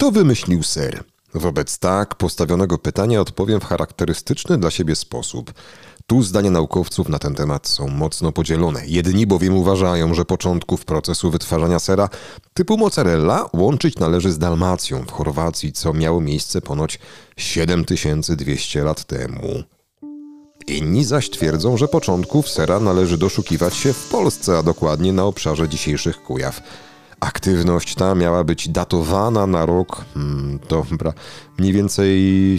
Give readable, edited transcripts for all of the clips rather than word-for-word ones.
Kto wymyślił ser? Wobec tak postawionego pytania odpowiem w charakterystyczny dla siebie sposób. Tu zdania naukowców na ten temat są mocno podzielone. Jedni bowiem uważają, że początków procesu wytwarzania sera typu mozzarella łączyć należy z Dalmacją w Chorwacji, co miało miejsce ponoć 7200 lat temu. Inni zaś twierdzą, że początków sera należy doszukiwać się w Polsce, a dokładnie na obszarze dzisiejszych Kujaw. Aktywność ta miała być datowana na rok, mniej więcej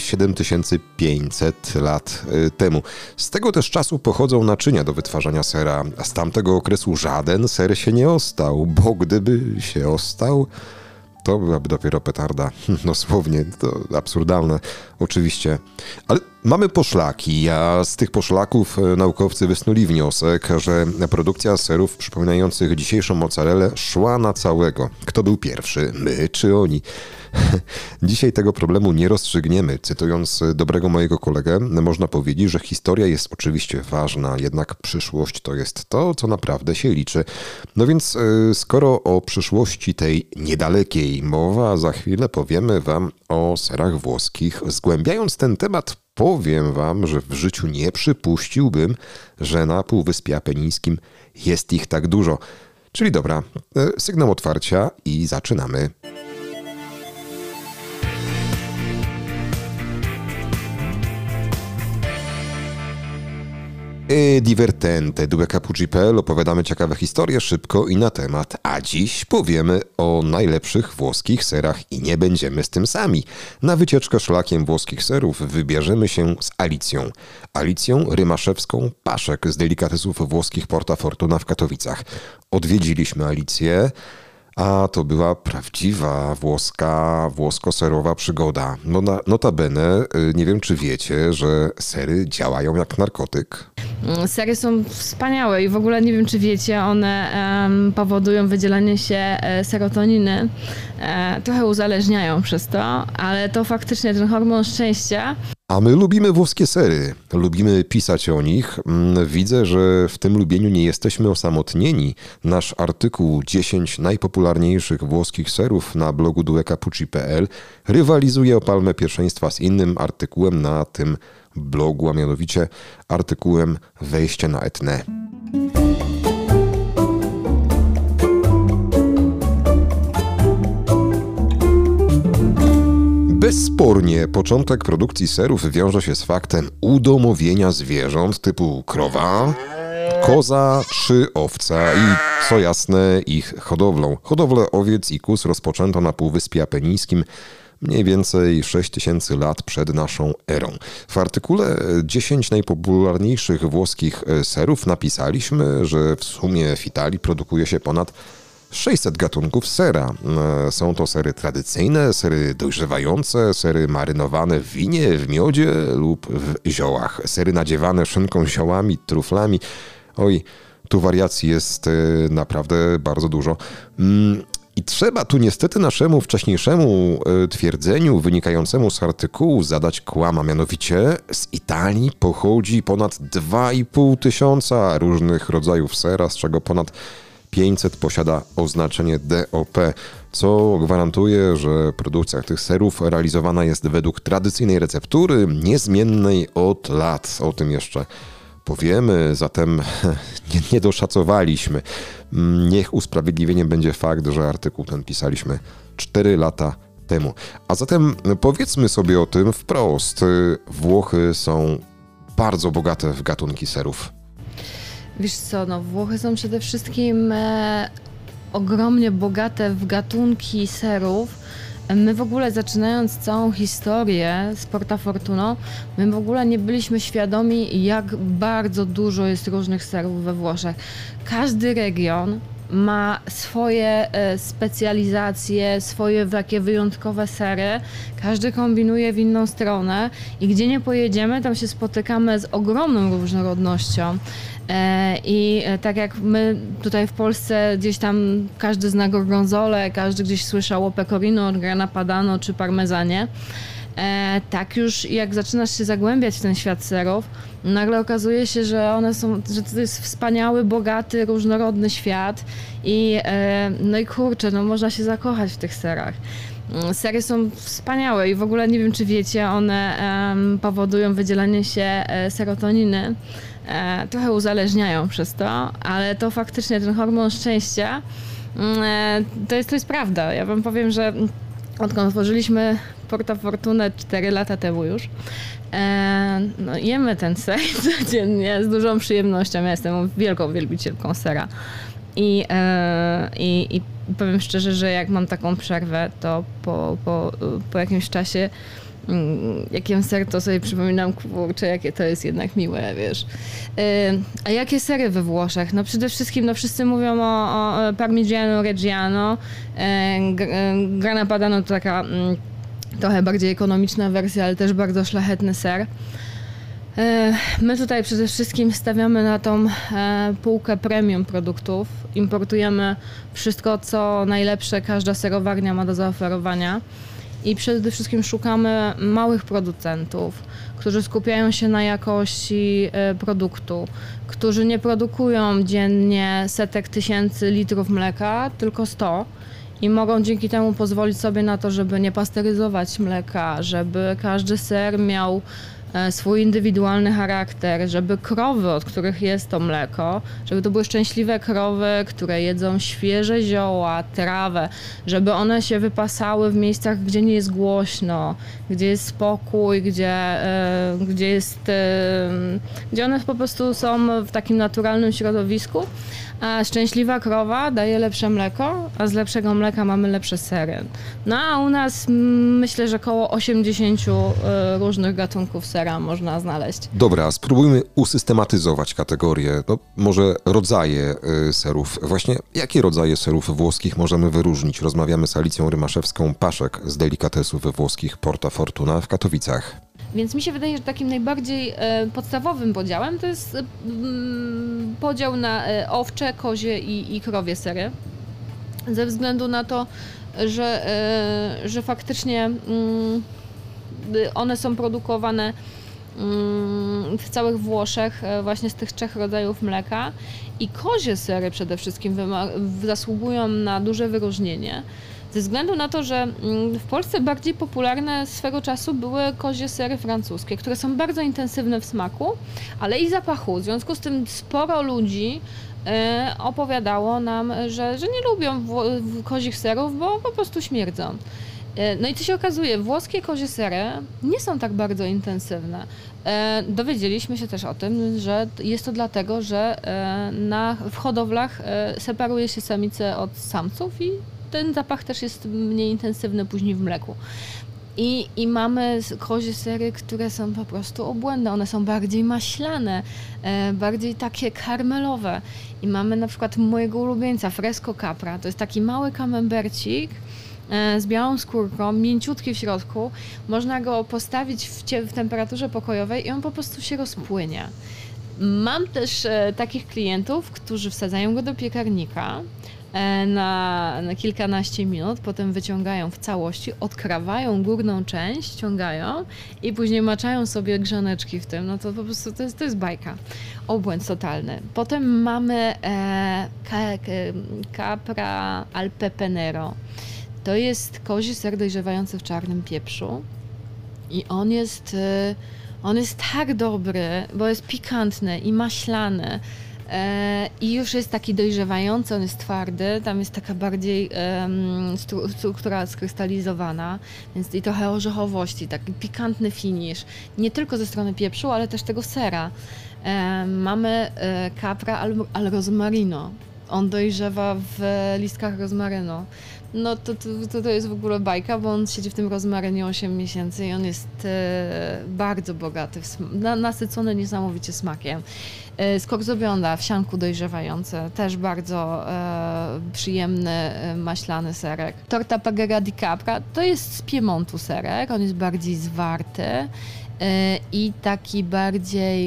7500 lat temu. Z tego też czasu pochodzą naczynia do wytwarzania sera, a z tamtego okresu żaden ser się nie ostał, bo gdyby się ostał, to byłaby dopiero petarda. Dosłownie, to absurdalne, oczywiście. Ale mamy poszlaki, a z tych poszlaków naukowcy wysnuli wniosek, że produkcja serów przypominających dzisiejszą mozzarellę szła na całego. Kto był pierwszy? My czy oni? Dzisiaj tego problemu nie rozstrzygniemy. Cytując dobrego mojego kolegę, można powiedzieć, że historia jest oczywiście ważna, jednak przyszłość to jest to, co naprawdę się liczy. No więc skoro o przyszłości tej niedalekiej mowa, za chwilę powiemy wam o serach włoskich. Zgłębiając ten temat, powiem wam, że w życiu nie przypuściłbym, że na Półwyspie Apenińskim jest ich tak dużo. Czyli dobra, sygnał otwarcia i zaczynamy. Divertente, due.pl opowiadamy ciekawe historie szybko i na temat, a dziś powiemy o najlepszych włoskich serach i nie będziemy z tym sami. Na wycieczkę szlakiem włoskich serów wybierzemy się z Alicją. Alicją Rymaszewską-Paszek z delikatesów włoskich Porta Fortuna w Katowicach. Odwiedziliśmy Alicję, a to była prawdziwa włosko-serowa przygoda. Notabene, nie wiem czy wiecie, że sery działają jak narkotyk. Sery są wspaniałe i w ogóle nie wiem czy wiecie, one powodują wydzielanie się serotoniny. Trochę uzależniają przez to, ale to faktycznie ten hormon szczęścia. A my lubimy włoskie sery, lubimy pisać o nich. Widzę, że w tym lubieniu nie jesteśmy osamotnieni. Nasz artykuł 10 najpopularniejszych włoskich serów na blogu due.pl rywalizuje o palmę pierwszeństwa z innym artykułem na tym blogu, a mianowicie artykułem Wejście na Etnę. Bezspornie początek produkcji serów wiąże się z faktem udomowienia zwierząt typu krowa, koza czy owca i, co jasne, ich hodowlą. Hodowlę owiec i kóz rozpoczęto na Półwyspie Apenińskim mniej więcej 6000 lat przed naszą erą. W artykule 10 najpopularniejszych włoskich serów napisaliśmy, że w sumie w Italii produkuje się ponad 600 gatunków sera. Są to sery tradycyjne, sery dojrzewające, sery marynowane w winie, w miodzie lub w ziołach, sery nadziewane szynką, ziołami, truflami. Oj, tu wariacji jest naprawdę bardzo dużo. I trzeba tu niestety naszemu wcześniejszemu twierdzeniu wynikającemu z artykułu zadać kłam, a mianowicie z Italii pochodzi ponad 2500 różnych rodzajów sera, z czego ponad 500 posiada oznaczenie DOP, co gwarantuje, że produkcja tych serów realizowana jest według tradycyjnej receptury, niezmiennej od lat. O tym jeszcze powiemy, zatem nie doszacowaliśmy. Niech usprawiedliwieniem będzie fakt, że artykuł ten pisaliśmy 4 lata temu. A zatem powiedzmy sobie o tym wprost. Włochy są bardzo bogate w gatunki serów. Wiesz co, Włochy są przede wszystkim ogromnie bogate w gatunki serów. My w ogóle zaczynając całą historię z Porta Fortuno, my w ogóle nie byliśmy świadomi, jak bardzo dużo jest różnych serów we Włoszech. Każdy region ma swoje specjalizacje, swoje takie wyjątkowe sery. Każdy kombinuje w inną stronę i gdzie nie pojedziemy, tam się spotykamy z ogromną różnorodnością. I tak jak my tutaj w Polsce gdzieś tam każdy zna gorgonzolę, każdy gdzieś słyszał o pecorino, grana padano czy parmezanie. Tak już jak zaczynasz się zagłębiać w ten świat serów, nagle okazuje się, że że to jest wspaniały, bogaty, różnorodny świat no i kurczę, no można się zakochać w tych serach. Sery są wspaniałe i w ogóle nie wiem, czy wiecie, one powodują wydzielanie się serotoniny. Trochę uzależniają przez to, ale to faktycznie ten hormon szczęścia to jest prawda. Ja wam powiem, że odkąd otworzyliśmy Porta Fortunę 4 lata temu już, no jemy ten ser codziennie z dużą przyjemnością. Ja jestem wielką wielbicielką sera. I powiem szczerze, że jak mam taką przerwę, to po jakimś czasie jak jem ser, to sobie przypominam, kurczę, jakie to jest jednak miłe, wiesz. A jakie sery we Włoszech? No przede wszystkim, no wszyscy mówią o Parmigiano Reggiano, Grana Padano to taka trochę bardziej ekonomiczna wersja, ale też bardzo szlachetny ser. My tutaj przede wszystkim stawiamy na tą półkę premium produktów. Importujemy wszystko, co najlepsze każda serowarnia ma do zaoferowania. I przede wszystkim szukamy małych producentów, którzy skupiają się na jakości produktu, którzy nie produkują dziennie setek tysięcy litrów mleka, tylko 100 i mogą dzięki temu pozwolić sobie na to, żeby nie pasteryzować mleka, żeby każdy ser miał swój indywidualny charakter, żeby krowy, od których jest to mleko, żeby to były szczęśliwe krowy, które jedzą świeże zioła, trawę, żeby one się wypasały w miejscach, gdzie nie jest głośno, gdzie jest spokój, gdzie one po prostu są w takim naturalnym środowisku, a szczęśliwa krowa daje lepsze mleko, a z lepszego mleka mamy lepsze sery. No a u nas myślę, że około 80 różnych gatunków sera można znaleźć. Dobra, spróbujmy usystematyzować kategorie, no może rodzaje serów. Właśnie jakie rodzaje serów włoskich możemy wyróżnić? Rozmawiamy z Alicją Rymaszewską-Paszek z delikatesów włoskich Porta Fortuna w Katowicach. Więc mi się wydaje, że takim najbardziej podstawowym podziałem to jest podział na owcze, kozie i krowie sery. Ze względu na to, że faktycznie one są produkowane w całych Włoszech właśnie z tych 3 rodzajów mleka i kozie sery przede wszystkim zasługują na duże wyróżnienie. Ze względu na to, że w Polsce bardziej popularne swego czasu były kozie sery francuskie, które są bardzo intensywne w smaku, ale i zapachu. W związku z tym sporo ludzi opowiadało nam, że nie lubią kozich serów, bo po prostu śmierdzą. No i co się okazuje, włoskie kozie sery nie są tak bardzo intensywne. Dowiedzieliśmy się też o tym, że jest to dlatego, że w hodowlach separuje się samice od samców i ten zapach też jest mniej intensywny później w mleku. I mamy kozie sery, które są po prostu obłędne. One są bardziej maślane, bardziej takie karmelowe. I mamy na przykład mojego ulubieńca, Fresco Capra. To jest taki mały kamembercik z białą skórką, mięciutki w środku. Można go postawić w temperaturze pokojowej i on po prostu się rozpłynie. Mam też takich klientów, którzy wsadzają go do piekarnika na kilkanaście minut, potem wyciągają w całości, odkrawają górną część, ściągają i później maczają sobie grzaneczki w tym. No to po prostu to jest bajka. Obłęd totalny. Potem mamy Capra al Pepenero. To jest kozi ser dojrzewający w czarnym pieprzu i on jest tak dobry, bo jest pikantny i maślany. I już jest taki dojrzewający, on jest twardy, tam jest taka bardziej struktura skrystalizowana, więc i trochę orzechowości, taki pikantny finish, nie tylko ze strony pieprzu, ale też tego sera. Mamy Capra al Rosmarino, on dojrzewa w listkach rozmarynu. No to jest w ogóle bajka, bo on siedzi w tym rozmarynie 8 miesięcy i on jest bardzo bogaty, nasycony niesamowicie smakiem. Skorzobionda w sianku dojrzewające, też bardzo przyjemny, maślany serek. Torta Pagera di Capra to jest z Piemontu serek, on jest bardziej zwarty i taki bardziej,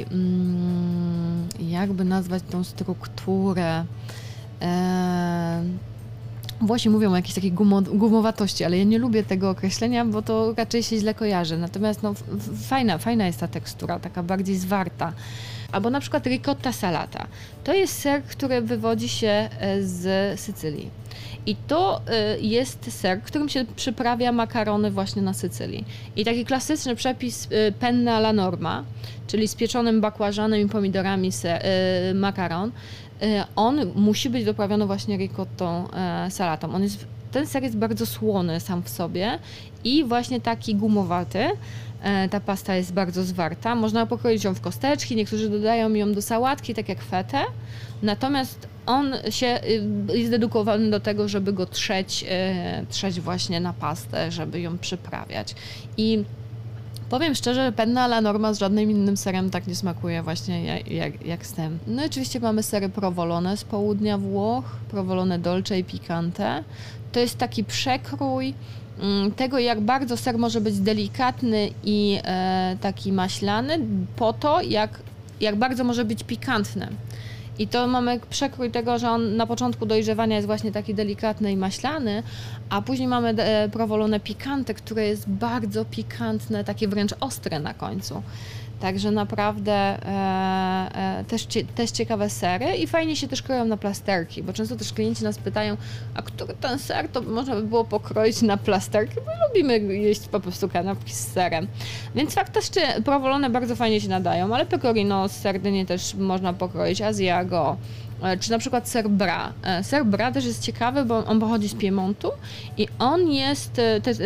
jakby nazwać tą strukturę, Włosi mówią o jakiejś takiej gumowatości, ale ja nie lubię tego określenia, bo to raczej się źle kojarzy. Natomiast no, fajna jest ta tekstura, taka bardziej zwarta. Albo na przykład ricotta salata. To jest ser, który wywodzi się z Sycylii. I to jest ser, którym się przyprawia makarony właśnie na Sycylii. I taki klasyczny przepis penne alla norma, czyli z pieczonym bakłażanem i pomidorami makaron, on musi być doprawiony właśnie ricottą salatą. Ten ser jest bardzo słony sam w sobie i właśnie taki gumowaty. Ta pasta jest bardzo zwarta. Można pokroić ją w kosteczki, niektórzy dodają ją do sałatki, tak jak fetę. Natomiast on jest dedykowany do tego, żeby go trzeć właśnie na pastę, żeby ją przyprawiać. I powiem szczerze, że penne alla norma z żadnym innym serem tak nie smakuje właśnie jak z tym. No i oczywiście mamy sery provolone z południa Włoch, provolone dolce i picante. To jest taki przekrój tego, jak bardzo ser może być delikatny i taki maślany, po to, jak bardzo może być pikantny. I to mamy przekrój tego, że on na początku dojrzewania jest właśnie taki delikatny i maślany, a później mamy provolone picante, które jest bardzo pikantne, takie wręcz ostre na końcu. Także naprawdę też ciekawe sery i fajnie się też kroją na plasterki, bo często też klienci nas pytają, a który ten ser to można by było pokroić na plasterki, bo lubimy jeść po prostu kanapki z serem. Więc faktycznie provolone bardzo fajnie się nadają, ale pecorino z Sardynii też można pokroić, Asiago, czy na przykład ser bra. Ser bra też jest ciekawy, bo on pochodzi z Piemontu i on jest,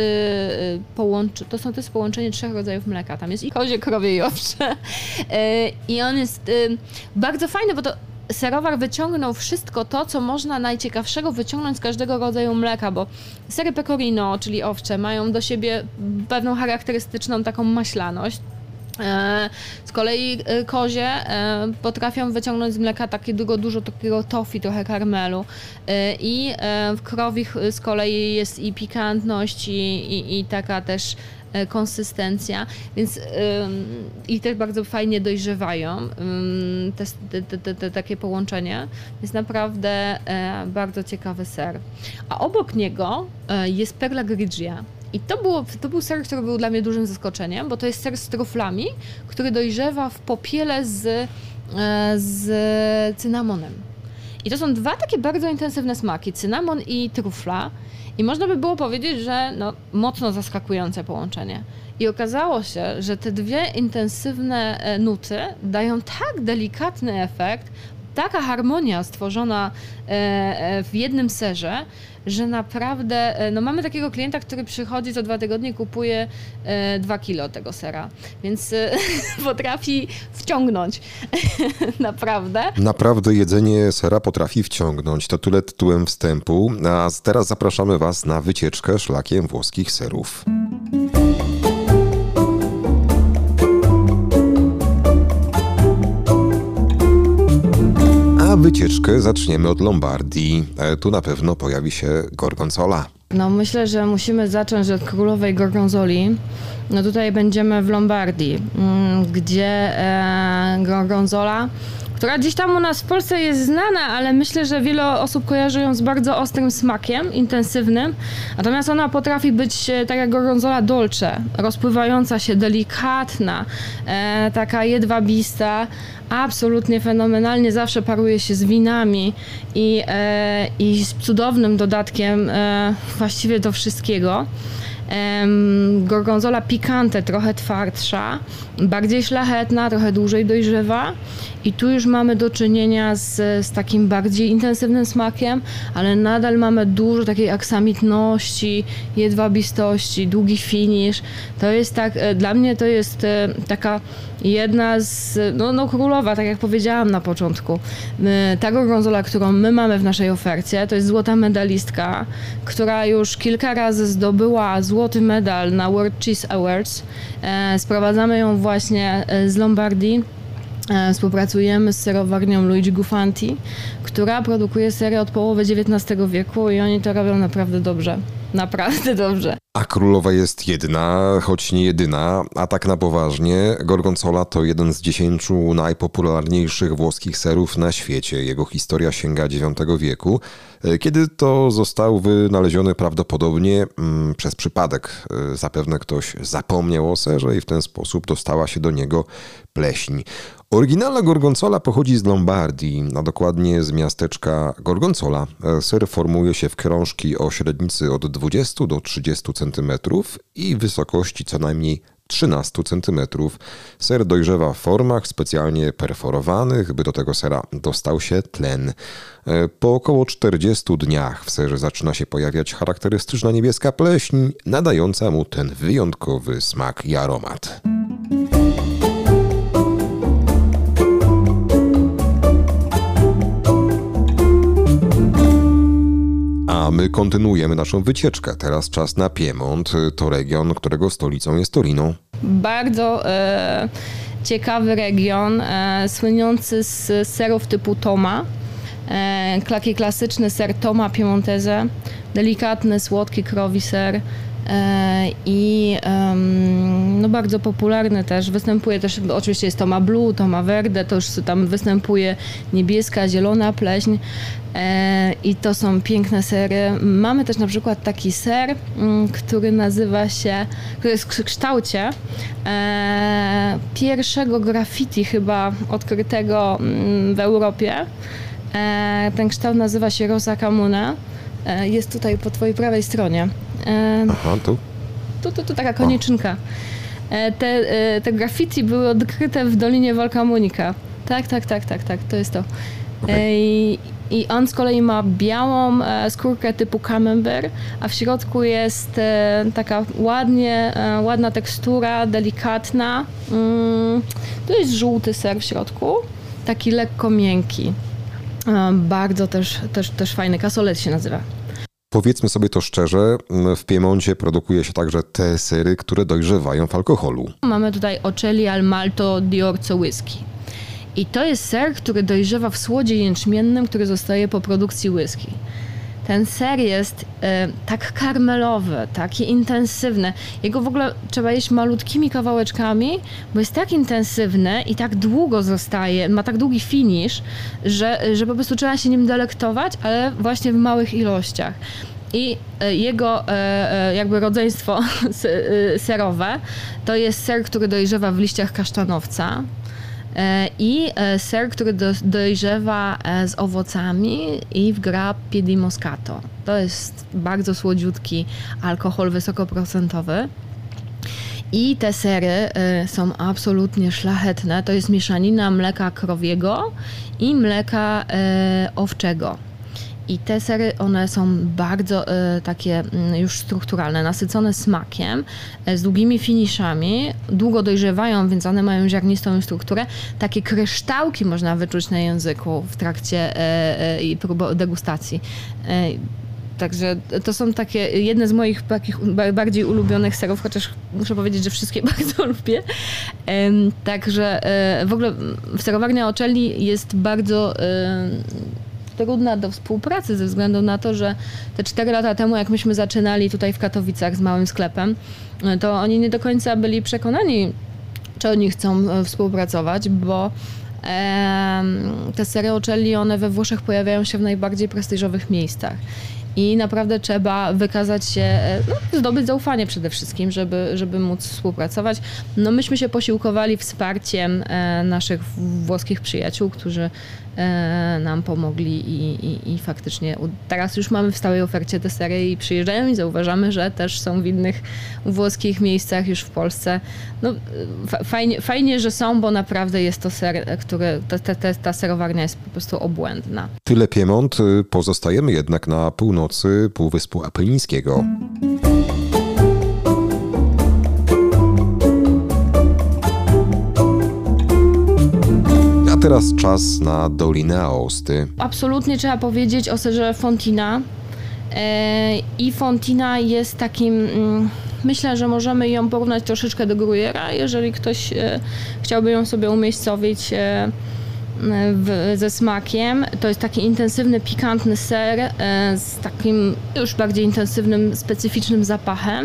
to jest połączenie 3 rodzajów mleka. Tam jest i kozie, krowie i owcze. I on jest bardzo fajny, bo to serowar wyciągnął wszystko to, co można najciekawszego wyciągnąć z każdego rodzaju mleka, bo sery pecorino, czyli owcze, mają do siebie pewną charakterystyczną taką maślaność. Z kolei kozie potrafią wyciągnąć z mleka dużo takiego tofi, trochę karmelu i w krowich z kolei jest i pikantność i taka też konsystencja, więc i też bardzo fajnie dojrzewają te takie połączenie. Jest naprawdę bardzo ciekawy ser. A obok niego jest Perla Grigia. I to był ser, który był dla mnie dużym zaskoczeniem, bo to jest ser z truflami, który dojrzewa w popiele z cynamonem. I to są 2 takie bardzo intensywne smaki, cynamon i trufla. I można by było powiedzieć, że no, mocno zaskakujące połączenie. I okazało się, że te 2 intensywne nuty dają tak delikatny efekt, taka harmonia stworzona w jednym serze, że naprawdę, no mamy takiego klienta, który przychodzi co 2 tygodnie i kupuje 2 kilo tego sera, więc potrafi wciągnąć, naprawdę. Naprawdę jedzenie sera potrafi wciągnąć, to tyle tytułem wstępu, a teraz zapraszamy Was na wycieczkę szlakiem włoskich serów. A wycieczkę zaczniemy od Lombardii. Tu na pewno pojawi się gorgonzola. No myślę, że musimy zacząć od królowej gorgonzoli. No tutaj będziemy w Lombardii, gdzie gorgonzola, która gdzieś tam u nas w Polsce jest znana, ale myślę, że wiele osób kojarzy ją z bardzo ostrym smakiem, intensywnym. Natomiast ona potrafi być tak jak gorgonzola dolce, rozpływająca się, delikatna, taka jedwabista, absolutnie fenomenalnie, zawsze paruje się z winami i z cudownym dodatkiem właściwie do wszystkiego. Gorgonzola picante, trochę twardsza, bardziej szlachetna, trochę dłużej dojrzewa i tu już mamy do czynienia z takim bardziej intensywnym smakiem, ale nadal mamy dużo takiej aksamitności, jedwabistości, długi finish. To jest tak, dla mnie to jest taka jedna z, no królowa, tak jak powiedziałam na początku. Ta gorgonzola, którą my mamy w naszej ofercie, to jest złota medalistka, która już kilka razy zdobyła złoty medal na World Cheese Awards. Sprowadzamy ją właśnie z Lombardii. Współpracujemy z serowarnią Luigi Gufanti, która produkuje sery od połowy XIX wieku i oni to robią naprawdę dobrze. Naprawdę dobrze. A królowa jest jedna, choć nie jedyna, a tak na poważnie, gorgonzola to jeden z 10 najpopularniejszych włoskich serów na świecie. Jego historia sięga IX wieku, kiedy to został wynaleziony prawdopodobnie przez przypadek. Zapewne ktoś zapomniał o serze i w ten sposób dostała się do niego pleśń. Oryginalna gorgonzola pochodzi z Lombardii, a dokładnie z miasteczka Gorgonzola. Ser formuje się w krążki o średnicy od 20 do 30 cm i wysokości co najmniej 13 cm. Ser dojrzewa w formach specjalnie perforowanych, by do tego sera dostał się tlen. Po około 40 dniach w serze zaczyna się pojawiać charakterystyczna niebieska pleśń, nadająca mu ten wyjątkowy smak i aromat. A my kontynuujemy naszą wycieczkę. Teraz czas na Piemont. To region, którego stolicą jest Torino. Bardzo ciekawy region, słynący z serów typu Toma. Taki klasyczny ser Toma Piemontese, delikatny, słodki, krowi ser. I no bardzo popularny też, występuje też, oczywiście jest Toma Blue, Toma Verde, to już tam występuje niebieska, zielona pleśń i to są piękne sery. Mamy też na przykład taki ser, który nazywa się, który jest w kształcie pierwszego graffiti chyba odkrytego w Europie. Ten kształt nazywa się Rosa Camuna. Jest tutaj po twojej prawej stronie. Aha, tu? Tu taka koniczynka. Te graffiti były odkryte w Dolinie Valcamonica. Tak, to jest to. Okay. I on z kolei ma białą skórkę typu camembert, a w środku jest taka ładna tekstura, delikatna. Tu jest żółty ser w środku, taki lekko miękki. Bardzo też fajny, cassoulet się nazywa. Powiedzmy sobie to szczerze, w Piemoncie produkuje się także te sery, które dojrzewają w alkoholu. Mamy tutaj Ocelli al Malto di Orzo Whisky. I to jest ser, który dojrzewa w słodzie jęczmiennym, który zostaje po produkcji whisky. Ten ser jest tak karmelowy, taki intensywny. Jego w ogóle trzeba jeść malutkimi kawałeczkami, bo jest tak intensywny i tak długo zostaje, ma tak długi finish, że po prostu trzeba się nim delektować, ale właśnie w małych ilościach. I jego jakby rodzeństwo serowe to jest ser, który dojrzewa w liściach kasztanowca. I ser, który dojrzewa z owocami i w grappie di Moscato. To jest bardzo słodziutki alkohol wysokoprocentowy. I te sery są absolutnie szlachetne. To jest mieszanina mleka krowiego i mleka owczego. I te sery, one są bardzo takie już strukturalne, nasycone smakiem, z długimi finiszami, długo dojrzewają, więc one mają ziarnistą strukturę. Takie kryształki można wyczuć na języku w trakcie degustacji. Także to są takie jedne z moich takich bardziej ulubionych serów, chociaż muszę powiedzieć, że wszystkie bardzo lubię. Także w ogóle serowarnia Ocelli jest bardzo trudna do współpracy ze względu na to, że te 4 lata temu, jak myśmy zaczynali tutaj w Katowicach z małym sklepem, to oni nie do końca byli przekonani, czy oni chcą współpracować, bo te sery Ocelli, one we Włoszech pojawiają się w najbardziej prestiżowych miejscach. I naprawdę trzeba wykazać się, zdobyć zaufanie przede wszystkim, żeby móc współpracować. No myśmy się posiłkowali wsparciem naszych włoskich przyjaciół, którzy nam pomogli i faktycznie teraz już mamy w stałej ofercie te sery i przyjeżdżają i zauważamy, że też są w innych włoskich miejscach już w Polsce. No, fajnie, że są, bo naprawdę jest to ser, ta serowarnia jest po prostu obłędna. Tyle Piemont, pozostajemy jednak na północy Półwyspu Apenińskiego. Teraz czas na Dolinę Aosty. Absolutnie trzeba powiedzieć o serze Fontina. I Fontina jest takim, myślę, że możemy ją porównać troszeczkę do Gruyera, jeżeli ktoś chciałby ją sobie umiejscowić ze smakiem. To jest taki intensywny, pikantny ser z takim już bardziej intensywnym, specyficznym zapachem.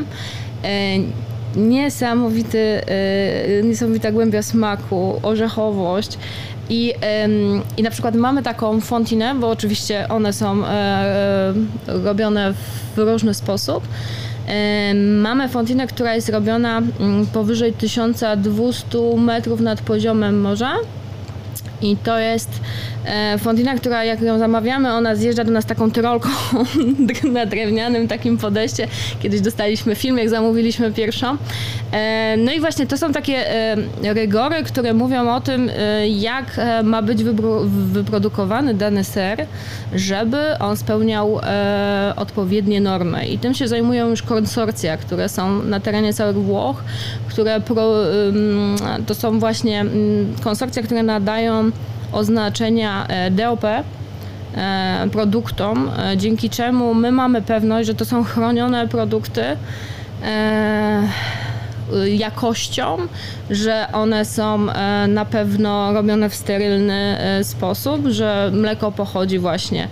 Niesamowita głębia smaku, orzechowość. I na przykład mamy taką fontinę, bo oczywiście one są robione w różny sposób. Mamy fontinę, która jest robiona powyżej 1200 metrów nad poziomem morza. I to jest fontina, która jak ją zamawiamy, ona zjeżdża do nas taką tyrolką na drewnianym takim podejście. Kiedyś dostaliśmy film, jak zamówiliśmy pierwszą. No i właśnie to są takie rygory, które mówią o tym, jak ma być wyprodukowany dany ser, żeby on spełniał odpowiednie normy. I tym się zajmują już konsorcja, które są na terenie całych Włoch, to są właśnie konsorcja, które nadają oznaczenia DOP produktom, dzięki czemu my mamy pewność, że to są chronione produkty jakością, że one są na pewno robione w sterylny sposób, że mleko pochodzi właśnie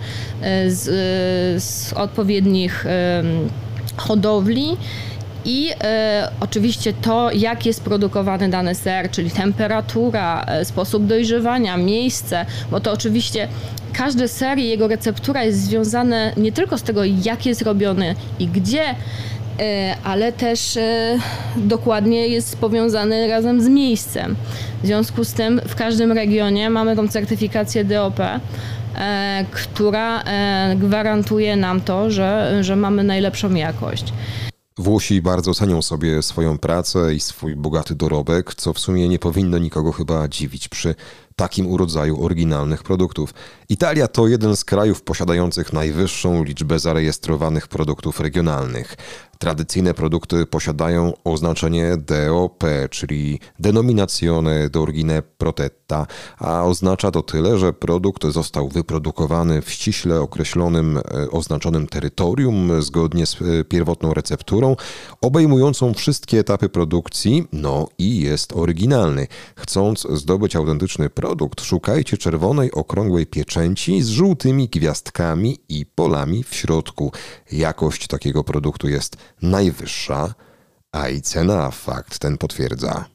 z odpowiednich hodowli. I oczywiście to, jak jest produkowany dany ser, czyli temperatura, sposób dojrzewania, miejsce, bo to oczywiście każdy ser i jego receptura jest związane nie tylko z tego, jak jest robiony i gdzie, ale też dokładnie jest powiązany razem z miejscem. W związku z tym w każdym regionie mamy tą certyfikację DOP, która gwarantuje nam to, że mamy najlepszą jakość. Włosi bardzo cenią sobie swoją pracę i swój bogaty dorobek, co w sumie nie powinno nikogo chyba dziwić przy takim urodzaju oryginalnych produktów. Italia to jeden z krajów posiadających najwyższą liczbę zarejestrowanych produktów regionalnych. Tradycyjne produkty posiadają oznaczenie DOP, czyli Denominazione d'Origine Protetta, a oznacza to tyle, że produkt został wyprodukowany w ściśle określonym, oznaczonym terytorium, zgodnie z pierwotną recepturą, obejmującą wszystkie etapy produkcji, no i jest oryginalny. Chcąc zdobyć autentyczny produkt, szukajcie czerwonej, okrągłej pieczęci z żółtymi gwiazdkami i polami w środku. Jakość takiego produktu jest najwyższa, a i cena fakt ten potwierdza.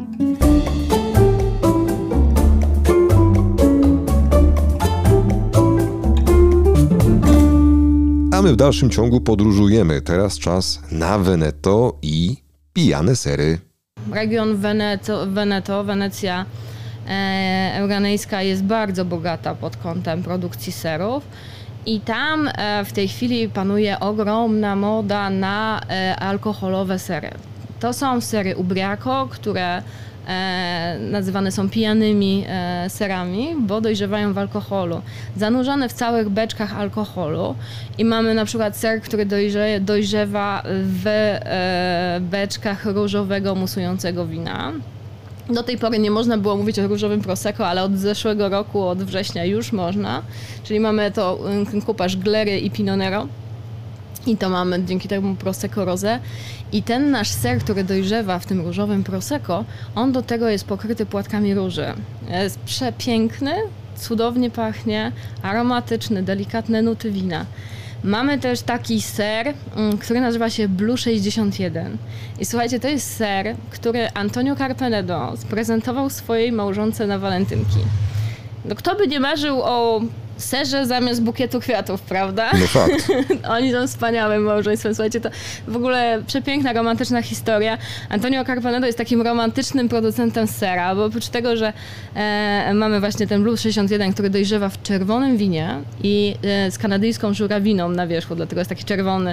A my w dalszym ciągu podróżujemy. Teraz czas na Veneto i pijane sery. Region Wenecja euganejska jest bardzo bogata pod kątem produkcji serów. I tam w tej chwili panuje ogromna moda na alkoholowe sery. To są sery ubriaco, które nazywane są pijanymi serami, bo dojrzewają w alkoholu. Zanurzone w całych beczkach alkoholu i mamy na przykład ser, który dojrzewa w beczkach różowego musującego wina. Do tej pory nie można było mówić o różowym prosecco, ale od zeszłego roku, od września już można. Czyli mamy to kupaż Glery i Pinot Nero. I to mamy dzięki temu Prosecco Rosé. I ten nasz ser, który dojrzewa w tym różowym Prosecco, on do tego jest pokryty płatkami róży. Jest przepiękny, cudownie pachnie, aromatyczny, delikatne nuty wina. Mamy też taki ser, który nazywa się Blue 61. I słuchajcie, to jest ser, który Antonio Carpenedo sprezentował swojej małżonce na walentynki. No kto by nie marzył o serze zamiast bukietu kwiatów, prawda? No fakt. Oni są wspaniałym małżeństwem. Słuchajcie, to w ogóle przepiękna, romantyczna historia. Antonio Carpenedo jest takim romantycznym producentem sera, bo oprócz tego, że mamy właśnie ten Blue 61, który dojrzewa w czerwonym winie i z kanadyjską żurawiną na wierzchu, dlatego jest taki czerwony,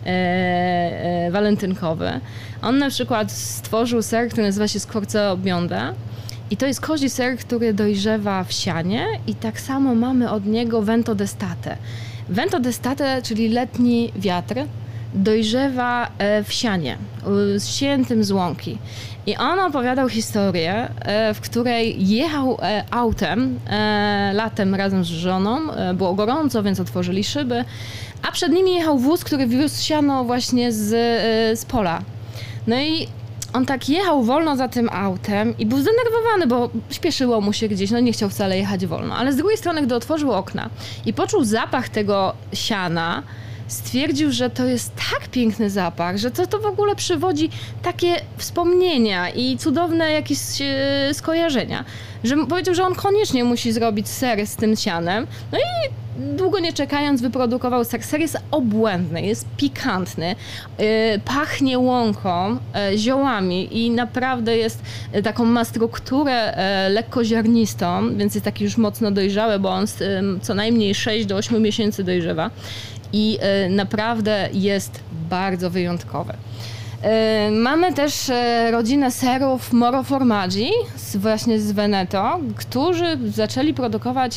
walentynkowy. On na przykład stworzył ser, który nazywa się Scorzo Bionda. I to jest kozi ser, który dojrzewa w sianie i tak samo mamy od niego Vento d'estate. Vento d'estate, czyli letni wiatr, dojrzewa w sianie, siętym z łąki. I on opowiadał historię, w której jechał autem latem razem z żoną, było gorąco, więc otworzyli szyby, a przed nimi jechał wóz, który wiózł siano właśnie z pola. No i on tak jechał wolno za tym autem i był zdenerwowany, bo śpieszyło mu się gdzieś, no nie chciał wcale jechać wolno. Ale z drugiej strony, gdy otworzył okna i poczuł zapach tego siana, stwierdził, że to jest tak piękny zapach, że to w ogóle przywodzi takie wspomnienia i cudowne jakieś skojarzenia, że powiedział, że on koniecznie musi zrobić ser z tym sianem. No i długo nie czekając wyprodukował ser. Ser jest obłędny, jest pikantny, pachnie łąką, ziołami i naprawdę jest taką, ma strukturę lekko ziarnistą, więc jest taki już mocno dojrzały, bo on co najmniej 6 do 8 miesięcy dojrzewa. I naprawdę jest bardzo wyjątkowy. Mamy też rodzinę serów Moro Formaggi, właśnie z Veneto, którzy zaczęli produkować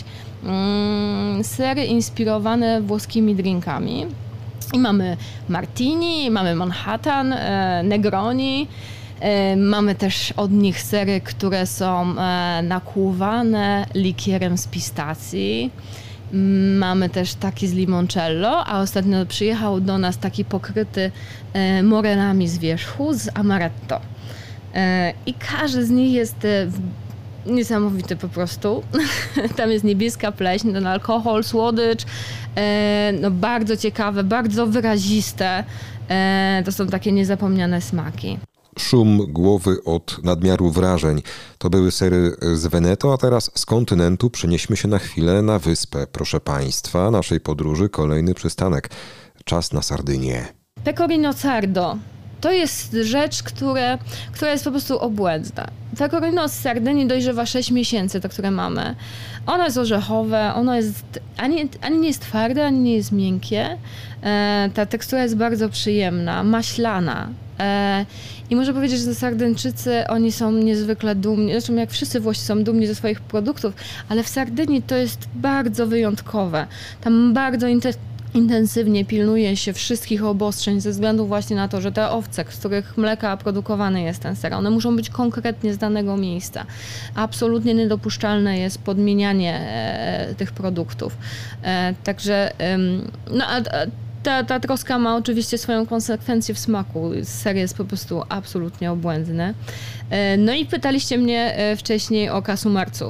sery inspirowane włoskimi drinkami. I mamy Martini, mamy Manhattan, Negroni. Mamy też od nich sery, które są nakłuwane likierem z pistacji. Mamy też taki z limoncello, a ostatnio przyjechał do nas taki pokryty morelami z wierzchu, z amaretto. I każdy z nich jest niesamowity po prostu. Tam jest niebieska pleśń, ten alkohol, słodycz, no bardzo ciekawe, bardzo wyraziste. To są takie niezapomniane smaki. Szum głowy od nadmiaru wrażeń. To były sery z Veneto, a teraz z kontynentu przenieśmy się na chwilę na wyspę. Proszę Państwa, naszej podróży kolejny przystanek. Czas na Sardynię. Pecorino Sardo. To jest rzecz, która jest po prostu obłędna. Pecorino z Sardynii dojrzewa 6 miesięcy, to które mamy. Ono jest orzechowe, ono jest ani nie jest twarde, ani nie jest miękkie. Ta tekstura jest bardzo przyjemna, maślana. I muszę powiedzieć, że Sardyńczycy, oni są niezwykle dumni, zresztą jak wszyscy Włosi są dumni ze swoich produktów, ale w Sardynii to jest bardzo wyjątkowe. Tam bardzo intensywnie pilnuje się wszystkich obostrzeń ze względu właśnie na to, że te owce, z których mleka produkowany jest ten ser, one muszą być konkretnie z danego miejsca. Absolutnie niedopuszczalne jest podmienianie tych produktów. Także no ta troska ma oczywiście swoją konsekwencję w smaku. Ser jest po prostu absolutnie obłędny. No i pytaliście mnie wcześniej o casu marzu.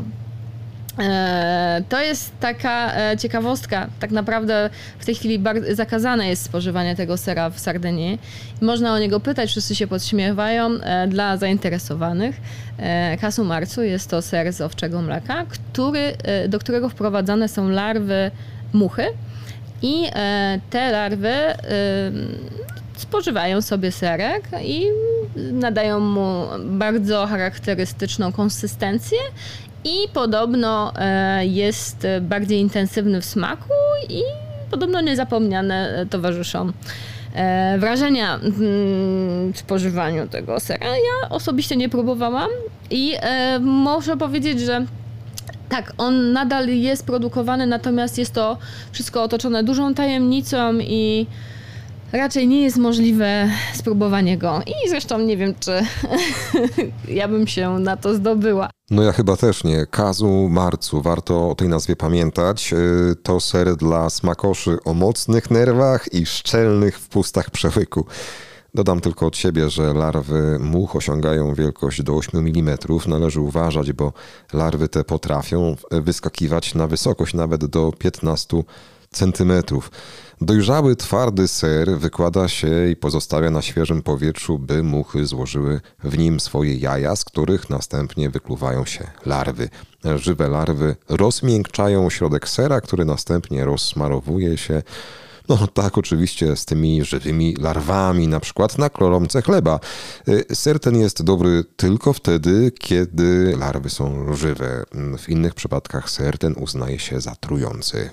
To jest taka ciekawostka. Tak naprawdę w tej chwili zakazane jest spożywanie tego sera w Sardynii. Można o niego pytać, wszyscy się podśmiewają. Dla zainteresowanych casu marzu jest to ser z owczego mleka, do którego wprowadzane są larwy muchy. I te larwy spożywają sobie serek i nadają mu bardzo charakterystyczną konsystencję i podobno jest bardziej intensywny w smaku i podobno niezapomniane towarzyszą wrażenia w spożywaniu tego sera. Ja osobiście nie próbowałam i muszę powiedzieć, że tak, on nadal jest produkowany, natomiast jest to wszystko otoczone dużą tajemnicą i raczej nie jest możliwe spróbowanie go. I zresztą nie wiem, czy ja bym się na to zdobyła. No ja chyba też nie. Casu marzu, warto o tej nazwie pamiętać. To ser dla smakoszy o mocnych nerwach i szczelnych w pustach przełyku. Dodam tylko od siebie, że larwy much osiągają wielkość do 8 mm. Należy uważać, bo larwy te potrafią wyskakiwać na wysokość nawet do 15 cm. Dojrzały, twardy ser wykłada się i pozostawia na świeżym powietrzu, by muchy złożyły w nim swoje jaja, z których następnie wykluwają się larwy. Żywe larwy rozmiękczają środek sera, który następnie rozsmarowuje się. No tak, oczywiście z tymi żywymi larwami, na przykład na kromce chleba. Ser ten jest dobry tylko wtedy, kiedy larwy są żywe. W innych przypadkach ser ten uznaje się za trujący.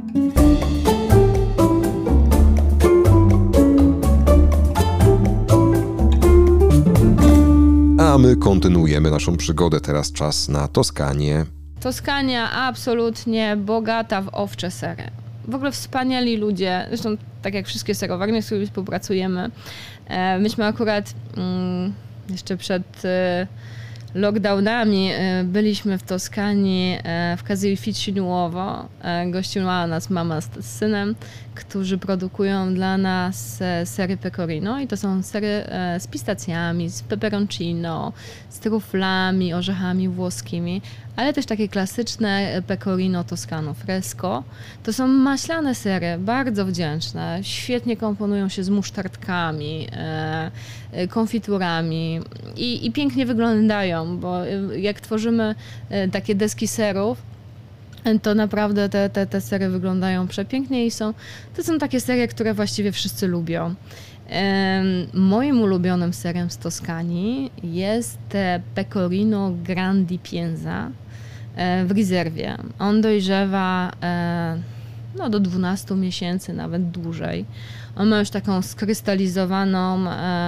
A my kontynuujemy naszą przygodę. Teraz czas na Toskanię. Toskania absolutnie bogata w owcze sery. W ogóle wspaniali ludzie, zresztą tak jak wszystkie serowarnie, z którymi współpracujemy. Myśmy akurat jeszcze przed lockdownami byliśmy w Toskanii, w Castelfici Nuovo. Gościła nas mama z synem, którzy produkują dla nas sery pecorino i to są sery z pistacjami, z peperoncino, z truflami, orzechami włoskimi, ale też takie klasyczne pecorino toscano fresco. To są maślane sery, bardzo wdzięczne, świetnie komponują się z musztardkami, konfiturami i pięknie wyglądają, bo jak tworzymy takie deski serów, to naprawdę te sery wyglądają przepięknie i to są takie sery, które właściwie wszyscy lubią. Moim ulubionym serem z Toskanii jest Pecorino Grandi Pienza w rezerwie. On dojrzewa do 12 miesięcy, nawet dłużej. On ma już taką skrystalizowaną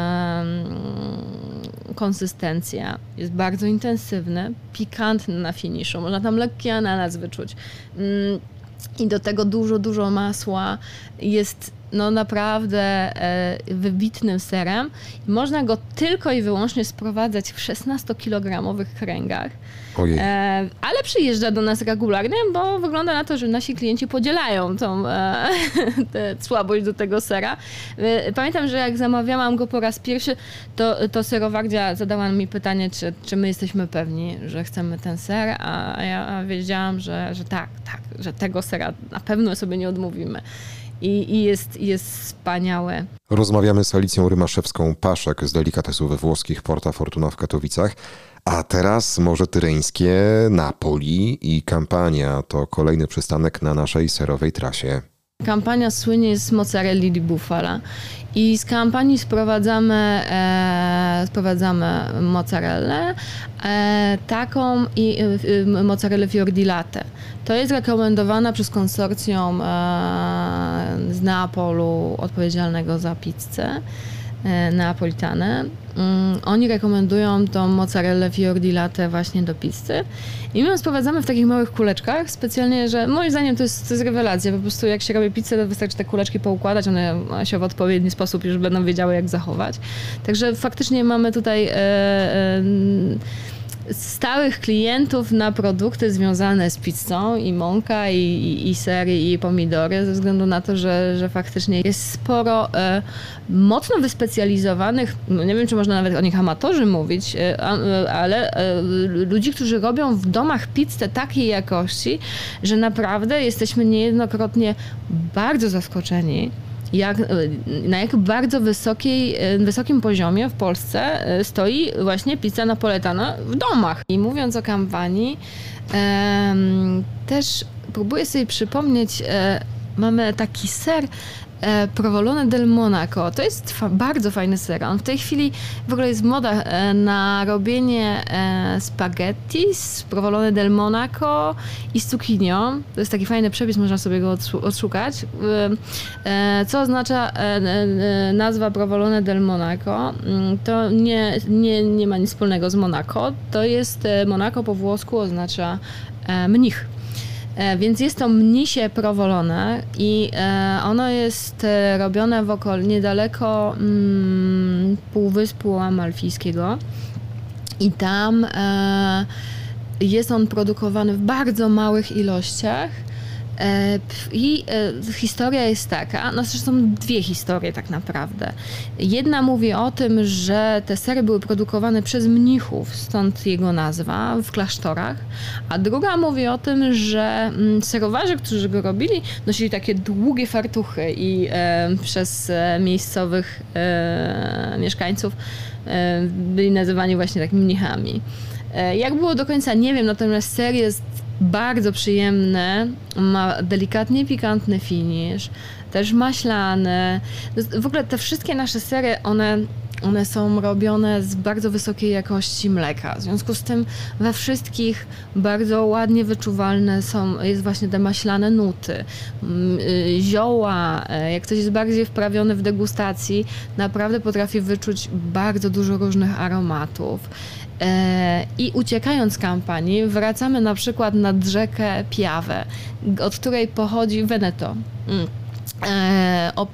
konsystencję. Jest bardzo intensywny, pikantny na finiszu. Można tam lekki ananas wyczuć. I do tego dużo masła. Jest naprawdę wybitnym serem. Można go tylko i wyłącznie sprowadzać w 16-kilogramowych kręgach. Ale przyjeżdża do nas regularnie, bo wygląda na to, że nasi klienci podzielają tą tę słabość do tego sera. Pamiętam, że jak zamawiałam go po raz pierwszy, to serowardzia zadała mi pytanie, czy my jesteśmy pewni, że chcemy ten ser, a ja wiedziałam, że tak, że tego sera na pewno sobie nie odmówimy. I jest wspaniałe. Rozmawiamy z Alicją Rymaszewską-Paszek z delikatesów włoskich Porta Fortuna w Katowicach. A teraz Morze Tyreńskie, Napoli i Campania to kolejny przystanek na naszej serowej trasie. Campania słynie z mozzarelli di bufala i z Campanii sprowadzamy mozzarellę taką i mozzarellę fior di latte. To jest rekomendowana przez konsorcjum z Neapolu odpowiedzialnego za pizzę, neapolitanę. Oni rekomendują tą mozzarellę fior di latte właśnie do pizzy i my ją sprowadzamy w takich małych kuleczkach, specjalnie, że moim zdaniem to jest rewelacja. Po prostu jak się robi pizzę, to wystarczy te kuleczki poukładać, one się w odpowiedni sposób już będą wiedziały, jak zachować. Także faktycznie mamy tutaj stałych klientów na produkty związane z pizzą i mąka, i sery, i pomidory, ze względu na to, że faktycznie jest sporo mocno wyspecjalizowanych, nie wiem, czy można nawet o nich amatorzy mówić, ale ludzi, którzy robią w domach pizzę takiej jakości, że naprawdę jesteśmy niejednokrotnie bardzo zaskoczeni, na jak bardzo wysokim poziomie w Polsce stoi właśnie pizza napoletana w domach. I mówiąc o Campanii, też próbuję sobie przypomnieć, mamy taki ser Provolone del Monaco. To jest bardzo fajny ser. On w tej chwili w ogóle jest moda na robienie spaghetti z Provolone del Monaco i z cukinią. To jest taki fajny przepis, można sobie go odszukać. Co oznacza nazwa Provolone del Monaco? To nie ma nic wspólnego z Monaco. To jest Monaco po włosku oznacza mnich. Więc jest to mnisie provolone i ono jest robione niedaleko Półwyspu Amalfijskiego i tam jest on produkowany w bardzo małych ilościach. I historia jest taka, zresztą dwie historie tak naprawdę. Jedna mówi o tym, że te sery były produkowane przez mnichów, stąd jego nazwa, w klasztorach, a druga mówi o tym, że serowarze, którzy go robili, nosili takie długie fartuchy i przez miejscowych mieszkańców byli nazywani właśnie takimi mnichami. Jak było do końca nie wiem, natomiast ser jest bardzo przyjemny, ma delikatnie pikantny finish, też maślany. W ogóle te wszystkie nasze sery, one są robione z bardzo wysokiej jakości mleka. W związku z tym we wszystkich bardzo ładnie wyczuwalne jest właśnie te maślane nuty. Zioła, jak ktoś jest bardziej wprawiony w degustacji, naprawdę potrafi wyczuć bardzo dużo różnych aromatów. I uciekając z Campanii, wracamy na przykład nad rzekę Piave, od której pochodzi Veneto.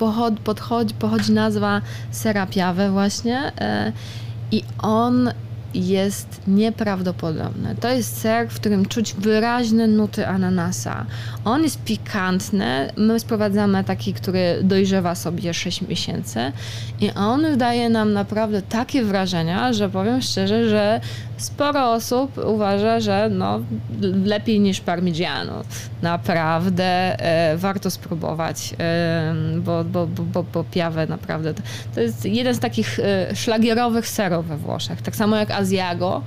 Pochodzi nazwa sera Piave właśnie i on jest nieprawdopodobny. To jest ser, w którym czuć wyraźne nuty ananasa. On jest pikantny. My sprowadzamy taki, który dojrzewa sobie 6 miesięcy i on daje nam naprawdę takie wrażenia, że powiem szczerze, że sporo osób uważa, że no, lepiej niż Parmigiano. Naprawdę warto spróbować, bo Piave naprawdę to jest jeden z takich szlagierowych serów we Włoszech. Tak samo jak Asiago,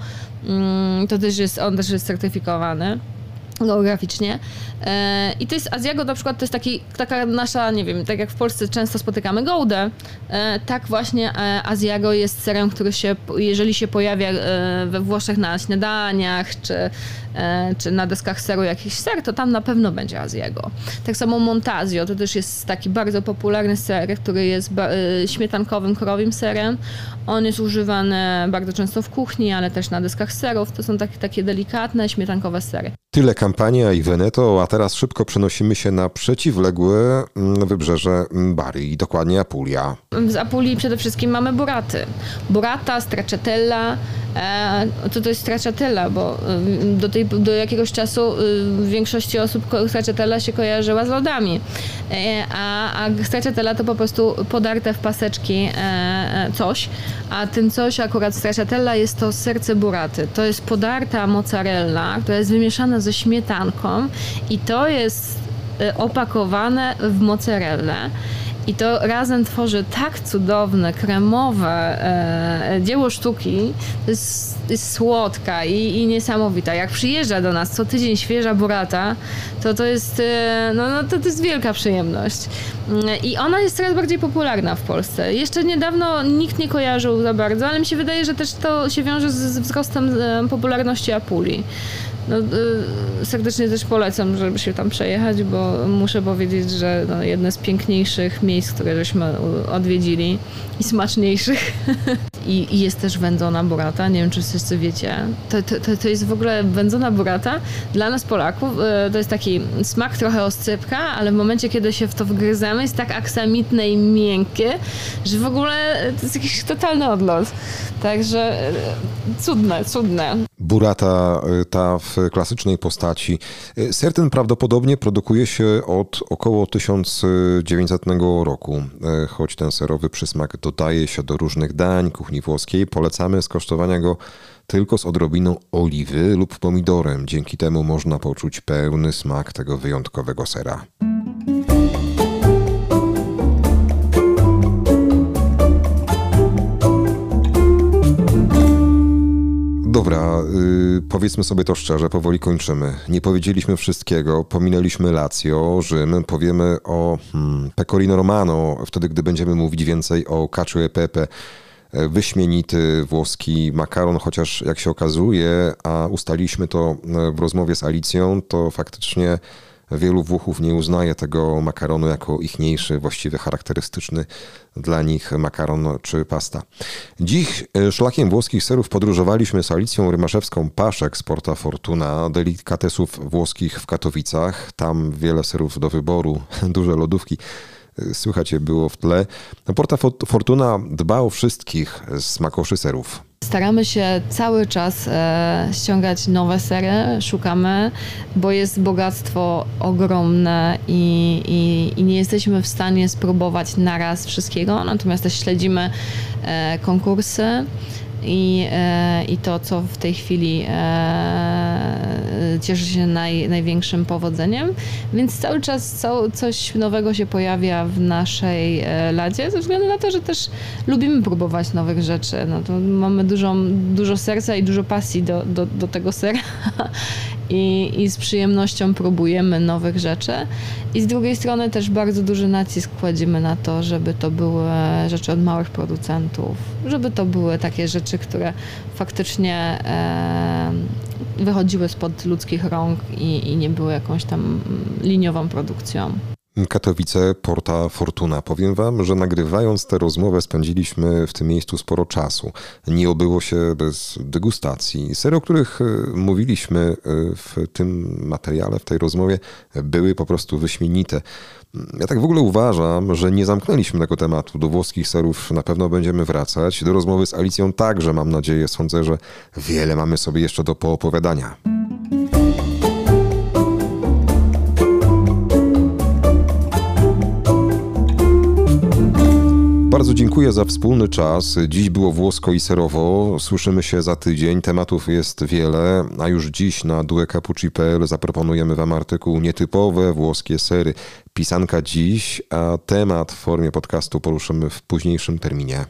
on też jest certyfikowany geograficznie. I to jest Asiago na przykład, to jest taka nasza, nie wiem, tak jak w Polsce często spotykamy Goudę, tak właśnie Asiago jest serem, który jeżeli się pojawia we Włoszech na śniadaniach, czy na deskach seru jakiś ser, to tam na pewno będzie Asiago. Tak samo Montasio, to też jest taki bardzo popularny ser, który jest śmietankowym, krowim serem. On jest używany bardzo często w kuchni, ale też na deskach serów. To są takie delikatne, śmietankowe sery. Tyle Campania i Veneto, a teraz szybko przenosimy się na przeciwległe wybrzeże Bari, dokładnie Apulia. Z Apulii przede wszystkim mamy buraty. Burrata, stracciatella. Co to jest stracciatella? Bo do jakiegoś czasu w większości osób stracciatella się kojarzyła z lodami. A stracciatella to po prostu podarte w paseczki coś. A tym coś, akurat stracciatella, jest to serce buraty. To jest podarta mozzarella, która jest wymieszana ze śmietanką i to jest opakowane w mozzarellę. I to razem tworzy tak cudowne, kremowe dzieło sztuki. To jest słodka i niesamowita. Jak przyjeżdża do nas co tydzień świeża burrata, to jest wielka przyjemność. I ona jest coraz bardziej popularna w Polsce. Jeszcze niedawno nikt nie kojarzył za bardzo, ale mi się wydaje, że też to się wiąże z wzrostem popularności Apulii. Serdecznie też polecam, żeby się tam przejechać, bo muszę powiedzieć, że jedno z piękniejszych miejsc, które żeśmy odwiedzili i smaczniejszych. I jest też wędzona burrata, nie wiem, czy wszyscy wiecie. To jest w ogóle wędzona burrata. Dla nas Polaków to jest taki smak trochę oscypka, ale w momencie, kiedy się w to wgryzamy, jest tak aksamitne i miękkie, że w ogóle to jest jakiś totalny odlot. Także cudne. Burrata ta w klasycznej postaci. Ser ten prawdopodobnie produkuje się od około 1900 roku. Choć ten serowy przysmak dodaje się do różnych dań kuchni włoskiej, polecamy skosztowania go tylko z odrobiną oliwy lub pomidorem. Dzięki temu można poczuć pełny smak tego wyjątkowego sera. Dobra, powiedzmy sobie to szczerze, powoli kończymy. Nie powiedzieliśmy wszystkiego, pominęliśmy Lazio, Rzym, powiemy o pecorino romano, wtedy gdy będziemy mówić więcej o cacio e pepe. Wyśmienity włoski makaron, chociaż jak się okazuje, a ustaliliśmy to w rozmowie z Alicją, to faktycznie wielu Włochów nie uznaje tego makaronu jako ichniejszy, właściwie charakterystyczny dla nich makaron czy pasta. Dziś szlakiem włoskich serów podróżowaliśmy z Alicją Rymaszewską-Paszek z Porta Fortuna, delikatesów włoskich w Katowicach. Tam wiele serów do wyboru, duże lodówki. Słychać je było w tle. Porta Fortuna dba o wszystkich smakoszy serów. Staramy się cały czas ściągać nowe sery, szukamy, bo jest bogactwo ogromne i nie jesteśmy w stanie spróbować naraz wszystkiego, natomiast też śledzimy konkursy i to, co w tej chwili cieszy się największym powodzeniem, więc cały czas coś nowego się pojawia w naszej ladzie, ze względu na to, że też lubimy próbować nowych rzeczy. No to mamy dużo serca i dużo pasji do tego sera i z przyjemnością próbujemy nowych rzeczy. I z drugiej strony też bardzo duży nacisk kładziemy na to, żeby to były rzeczy od małych producentów, żeby to były takie rzeczy, które faktycznie wychodziły spod ludzkich rąk i nie były jakąś tam liniową produkcją. Katowice, Porta Fortuna. Powiem wam, że nagrywając tę rozmowę spędziliśmy w tym miejscu sporo czasu. Nie obyło się bez degustacji. Sery, o których mówiliśmy w tym materiale, w tej rozmowie, były po prostu wyśmienite. Ja tak w ogóle uważam, że nie zamknęliśmy tego tematu. Do włoskich serów na pewno będziemy wracać. Do rozmowy z Alicją także, mam nadzieję. Sądzę, że wiele mamy sobie jeszcze do poopowiadania. Bardzo dziękuję za wspólny czas. Dziś było włosko i serowo. Słyszymy się za tydzień. Tematów jest wiele, a już dziś na duecapucci.pl zaproponujemy wam artykuł Nietypowe włoskie sery. Pisanka dziś, a temat w formie podcastu poruszymy w późniejszym terminie.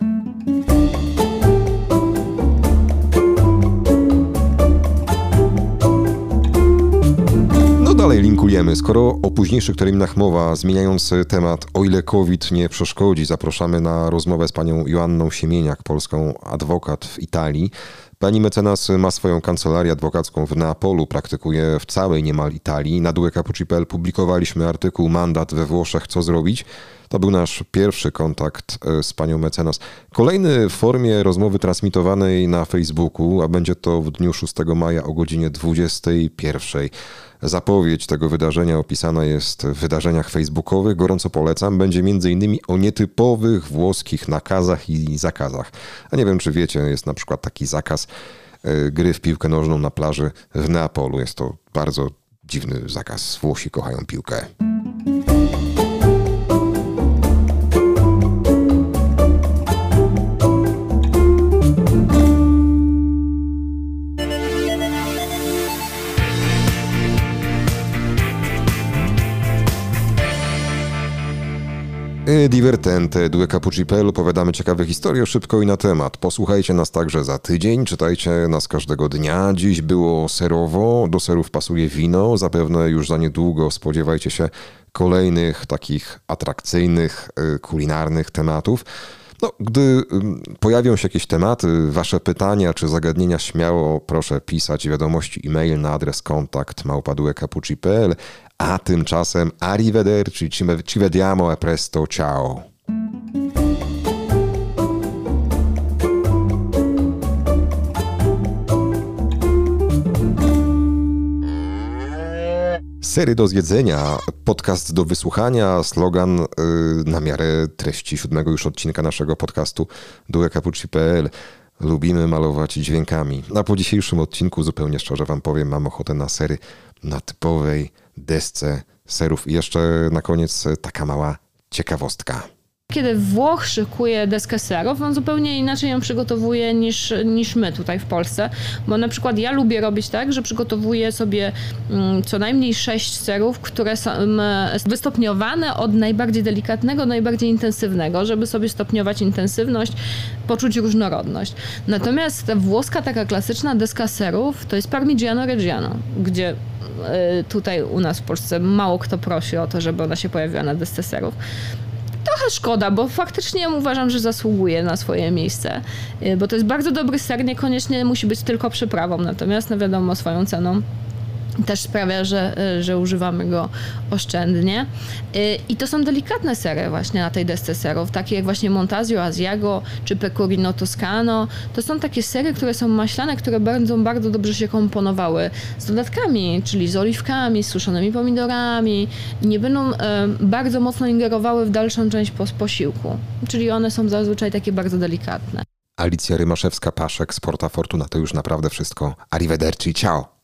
Dalej linkujemy. Skoro o późniejszych terminach mowa, zmieniając temat, o ile COVID nie przeszkodzi, zapraszamy na rozmowę z panią Joanną Siemieniak, polską adwokat w Italii. Pani mecenas ma swoją kancelarię adwokacką w Neapolu, praktykuje w całej niemal Italii. Na duecapucci.pl publikowaliśmy artykuł Mandat we Włoszech, co zrobić. To był nasz pierwszy kontakt z panią mecenas. Kolejny w formie rozmowy transmitowanej na Facebooku, a będzie to w dniu 6 maja o godzinie 21. Zapowiedź tego wydarzenia opisana jest w wydarzeniach facebookowych. Gorąco polecam. Będzie m.in. o nietypowych włoskich nakazach i zakazach. A nie wiem, czy wiecie, jest na przykład taki zakaz gry w piłkę nożną na plaży w Neapolu. Jest to bardzo dziwny zakaz. Włosi kochają piłkę. Divertente, duecapucci.pl, opowiadamy ciekawe historie szybko i na temat. Posłuchajcie nas także za tydzień, czytajcie nas każdego dnia. Dziś było serowo, do serów pasuje wino, zapewne już za niedługo spodziewajcie się kolejnych takich atrakcyjnych, kulinarnych tematów. No, gdy pojawią się jakieś tematy, wasze pytania czy zagadnienia, śmiało proszę pisać wiadomości e-mail na adres kontakt@duecapucci.pl. A tymczasem arrivederci, ci vediamo a presto, ciao. Sery do zjedzenia, podcast do wysłuchania, slogan na miarę treści 7 już odcinka naszego podcastu duecapucci.pl. Lubimy malować dźwiękami. A po dzisiejszym odcinku, zupełnie szczerze wam powiem, mam ochotę na sery na typowej desce serów. I jeszcze na koniec taka mała ciekawostka. Kiedy Włoch szykuje deskę serów, on zupełnie inaczej ją przygotowuje niż my tutaj w Polsce, bo na przykład ja lubię robić tak, że przygotowuję sobie co najmniej 6 serów, które są wystopniowane od najbardziej delikatnego do najbardziej intensywnego, żeby sobie stopniować intensywność, poczuć różnorodność. Natomiast ta włoska taka klasyczna deska serów to jest Parmigiano Reggiano, gdzie tutaj u nas w Polsce mało kto prosi o to, żeby ona się pojawiła na desce serów. Trochę szkoda, bo faktycznie uważam, że zasługuje na swoje miejsce, bo to jest bardzo dobry ser, niekoniecznie musi być tylko przyprawą, natomiast no wiadomo, swoją ceną też sprawia, że używamy go oszczędnie. I to są delikatne sery właśnie na tej desce serów, takie jak właśnie Montasio Asiago czy Pecorino Toscano. To są takie sery, które są maślane, które będą bardzo dobrze się komponowały z dodatkami, czyli z oliwkami, z suszonymi pomidorami. Nie będą bardzo mocno ingerowały w dalszą część posiłku, czyli one są zazwyczaj takie bardzo delikatne. Alicja Rymaszewska-Paszek z Porta Fortuna. To już naprawdę wszystko. Arrivederci, ciao!